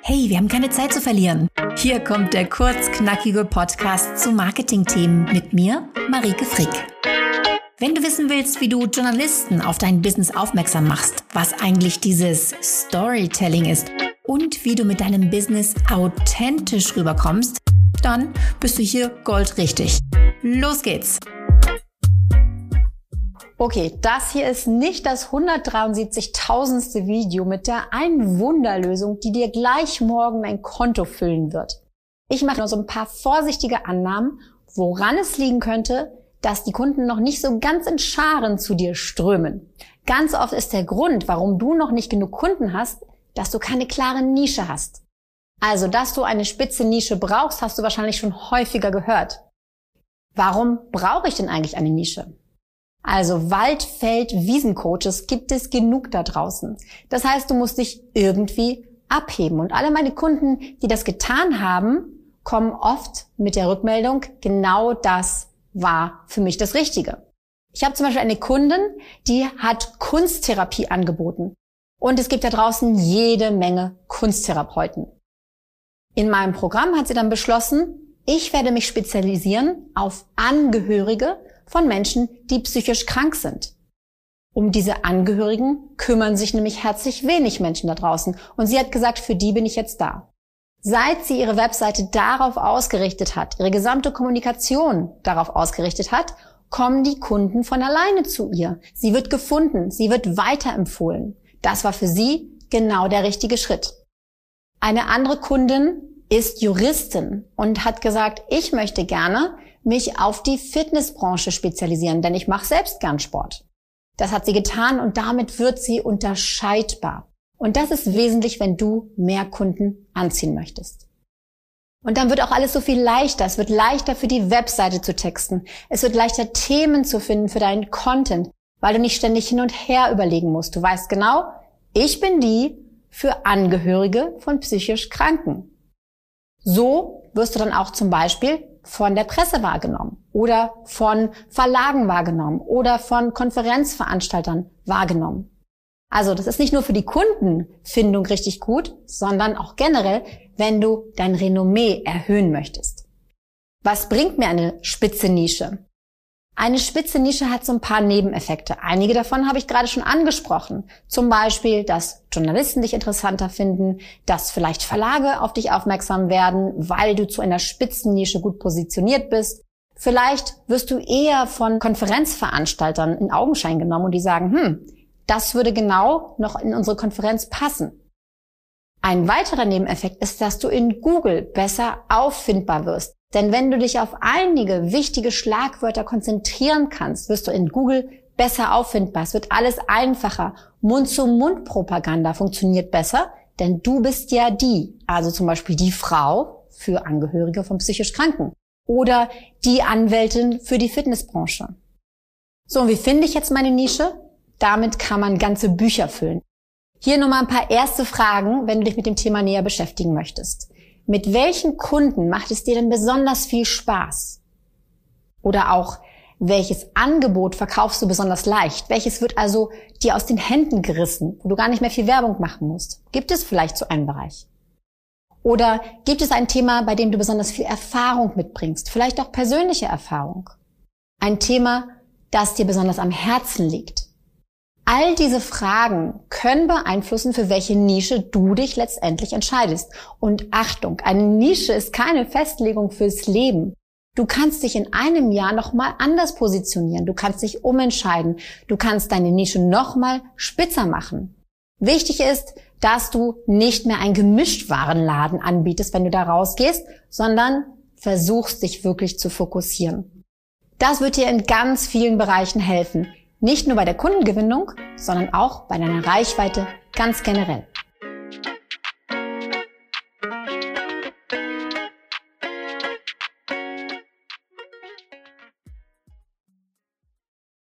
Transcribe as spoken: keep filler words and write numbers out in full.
Hey, wir haben keine Zeit zu verlieren. Hier kommt der kurzknackige Podcast zu Marketingthemen mit mir, Marieke Frick. Wenn du wissen willst, wie du Journalisten auf dein Business aufmerksam machst, was eigentlich dieses Storytelling ist und wie du mit deinem Business authentisch rüberkommst, dann bist du hier goldrichtig. Los geht's! Okay, das hier ist nicht das hundertdreiundsiebzigtausendste Video mit der einen Wunderlösung, die dir gleich morgen dein Konto füllen wird. Ich mache nur so ein paar vorsichtige Annahmen, woran es liegen könnte, dass die Kunden noch nicht so ganz in Scharen zu dir strömen. Ganz oft ist der Grund, warum du noch nicht genug Kunden hast, dass du keine klare Nische hast. Also, dass du eine spitze Nische brauchst, hast du wahrscheinlich schon häufiger gehört. Warum brauche ich denn eigentlich eine Nische? Also Wald-, Feld-, Wiesencoaches gibt es genug da draußen. Das heißt, du musst dich irgendwie abheben. Und alle meine Kunden, die das getan haben, kommen oft mit der Rückmeldung, genau das war für mich das Richtige. Ich habe zum Beispiel eine Kundin, die hat Kunsttherapie angeboten. Und es gibt da draußen jede Menge Kunsttherapeuten. In meinem Programm hat sie dann beschlossen, ich werde mich spezialisieren auf Angehörige von Menschen, die psychisch krank sind. Um diese Angehörigen kümmern sich nämlich herzlich wenig Menschen da draußen. Und sie hat gesagt, für die bin ich jetzt da. Seit sie ihre Webseite darauf ausgerichtet hat, ihre gesamte Kommunikation darauf ausgerichtet hat, kommen die Kunden von alleine zu ihr. Sie wird gefunden, sie wird weiterempfohlen. Das war für sie genau der richtige Schritt. Eine andere Kundin ist Juristin und hat gesagt, ich möchte gerne mich auf die Fitnessbranche spezialisieren, denn ich mache selbst gern Sport. Das hat sie getan und damit wird sie unterscheidbar. Und das ist wesentlich, wenn du mehr Kunden anziehen möchtest. Und dann wird auch alles so viel leichter. Es wird leichter für die Webseite zu texten. Es wird leichter, Themen zu finden für deinen Content, weil du nicht ständig hin und her überlegen musst. Du weißt genau, ich bin die für Angehörige von psychisch Kranken. So wirst du dann auch zum Beispiel von der Presse wahrgenommen oder von Verlagen wahrgenommen oder von Konferenzveranstaltern wahrgenommen. Also das ist nicht nur für die Kundenfindung richtig gut, sondern auch generell, wenn du dein Renommee erhöhen möchtest. Was bringt mir eine spitze Nische? Eine spitze Nische hat so ein paar Nebeneffekte. Einige davon habe ich gerade schon angesprochen. Zum Beispiel, dass Journalisten dich interessanter finden, dass vielleicht Verlage auf dich aufmerksam werden, weil du zu einer spitzen Nische gut positioniert bist. Vielleicht wirst du eher von Konferenzveranstaltern in Augenschein genommen und die sagen, hm, das würde genau noch in unsere Konferenz passen. Ein weiterer Nebeneffekt ist, dass du in Google besser auffindbar wirst. Denn wenn du dich auf einige wichtige Schlagwörter konzentrieren kannst, wirst du in Google besser auffindbar. Es wird alles einfacher. Mund-zu-Mund-Propaganda funktioniert besser, denn du bist ja die, also zum Beispiel die Frau für Angehörige von psychisch Kranken oder die Anwältin für die Fitnessbranche. So, und wie finde ich jetzt meine Nische? Damit kann man ganze Bücher füllen. Hier nochmal ein paar erste Fragen, wenn du dich mit dem Thema näher beschäftigen möchtest. Mit welchen Kunden macht es dir denn besonders viel Spaß? Oder auch, welches Angebot verkaufst du besonders leicht? Welches wird also dir aus den Händen gerissen, wo du gar nicht mehr viel Werbung machen musst? Gibt es vielleicht so einen Bereich? Oder gibt es ein Thema, bei dem du besonders viel Erfahrung mitbringst? Vielleicht auch persönliche Erfahrung? Ein Thema, das dir besonders am Herzen liegt? All diese Fragen können beeinflussen, für welche Nische du dich letztendlich entscheidest. Und Achtung, eine Nische ist keine Festlegung fürs Leben. Du kannst dich in einem Jahr nochmal anders positionieren. Du kannst dich umentscheiden. Du kannst deine Nische nochmal spitzer machen. Wichtig ist, dass du nicht mehr einen Gemischtwarenladen anbietest, wenn du da rausgehst, sondern versuchst, dich wirklich zu fokussieren. Das wird dir in ganz vielen Bereichen helfen. Nicht nur bei der Kundengewinnung, sondern auch bei deiner Reichweite ganz generell.